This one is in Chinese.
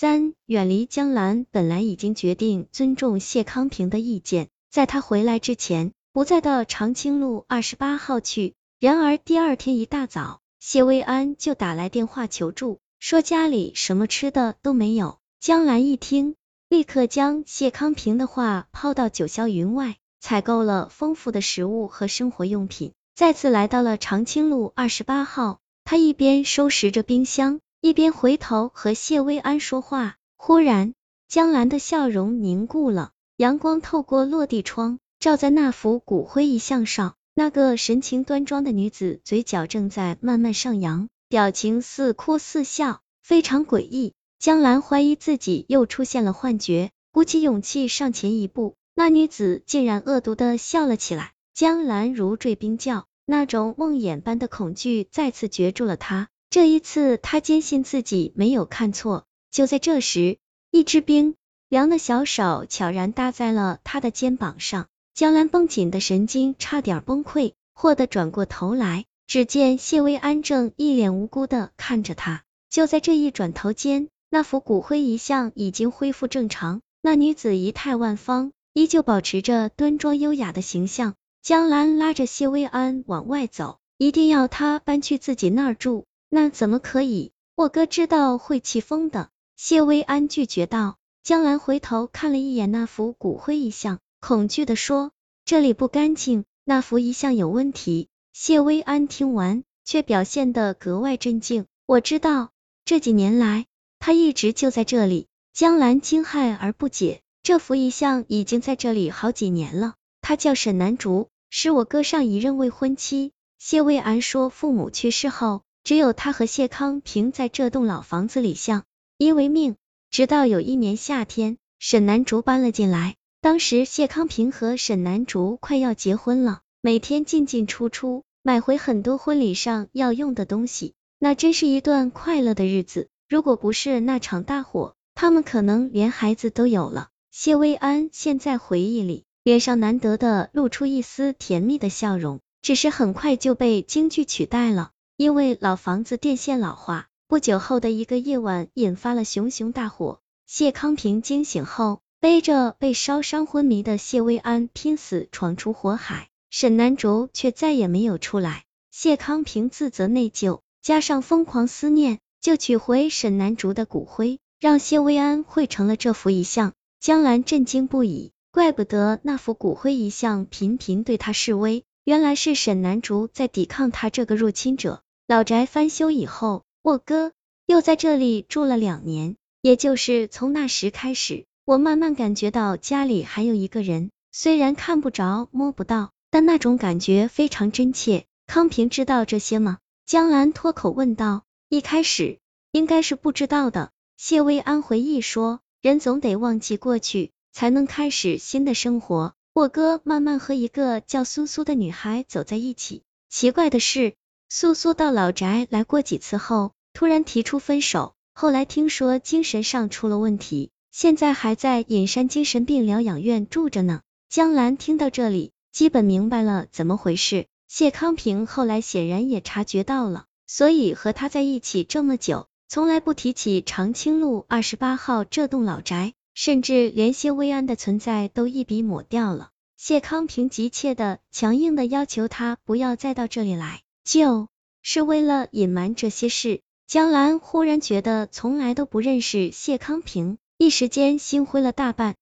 3. 远离江兰本来已经决定尊重谢康平的意见，在他回来之前，不再到长青路28号去。然而第二天一大早，谢薇安就打来电话求助，说家里什么吃的都没有。江兰一听，立刻将谢康平的话抛到九霄云外，采购了丰富的食物和生活用品，再次来到了长青路28号。他一边收拾着冰箱，一边回头和谢薇安说话。忽然，江兰的笑容凝固了，阳光透过落地窗，照在那幅骨灰遗像上。那个神情端庄的女子嘴角正在慢慢上扬，表情似哭似笑，非常诡异。江兰怀疑自己又出现了幻觉，鼓起勇气上前一步，那女子竟然恶毒的笑了起来。江兰如坠冰窖，那种梦魇般的恐惧再次攫住了她。这一次她坚信自己没有看错。就在这时，一只冰凉的小手悄然搭在了她的肩膀上，江兰绷紧的神经差点崩溃，霍地转过头来，只见谢薇安正一脸无辜的看着她。就在这一转头间，那幅骨灰遗像已经恢复正常，那女子仪态万方，依旧保持着端庄优雅的形象。江兰拉着谢薇安往外走，一定要她搬去自己那儿住。那怎么可以？我哥知道会气疯的。谢薇安拒绝道。江兰回头看了一眼那幅骨灰遗像，恐惧的说，这里不干净，那幅遗像有问题。谢薇安听完，却表现得格外镇静。我知道，这几年来，他一直就在这里。江兰惊骇而不解，这幅遗像已经在这里好几年了。他叫沈南竹，是我哥上一任未婚妻。谢薇安说，父母去世后，只有他和谢康平在这栋老房子里相依为命。直到有一年夏天，沈南竹搬了进来，当时谢康平和沈南竹快要结婚了，每天进进出出，买回很多婚礼上要用的东西，那真是一段快乐的日子。如果不是那场大火，他们可能连孩子都有了。谢薇安现在回忆里，脸上难得的露出一丝甜蜜的笑容，只是很快就被京剧取代了。因为老房子电线老化，不久后的一个夜晚引发了熊熊大火。谢康平惊醒后，背着被烧伤昏迷的谢薇安拼死闯出火海，沈南竹却再也没有出来。谢康平自责内疚，加上疯狂思念，就取回沈南竹的骨灰，让谢薇安绘成了这幅遗像。江兰震惊不已，怪不得那幅骨灰遗像频频对他示威，原来是沈南竹在抵抗他这个入侵者。老宅翻修以后，我哥又在这里住了2年，也就是从那时开始，我慢慢感觉到家里还有一个人，虽然看不着摸不到，但那种感觉非常真切。康平知道这些吗？江兰脱口问道。一开始应该是不知道的。谢薇安回忆说，人总得忘记过去，才能开始新的生活。我哥慢慢和一个叫苏苏的女孩走在一起，奇怪的是，苏苏到老宅来过几次后，突然提出分手，后来听说精神上出了问题，现在还在隐山精神病疗养院住着呢。江兰听到这里，基本明白了怎么回事。谢康平后来显然也察觉到了，所以和他在一起这么久，从来不提起长青路28号这栋老宅，甚至连谢薇安的存在都一笔抹掉了。谢康平急切的、强硬的要求他不要再到这里来，就是为了隐瞒这些事。江兰忽然觉得从来都不认识谢康平，一时间心灰了大半。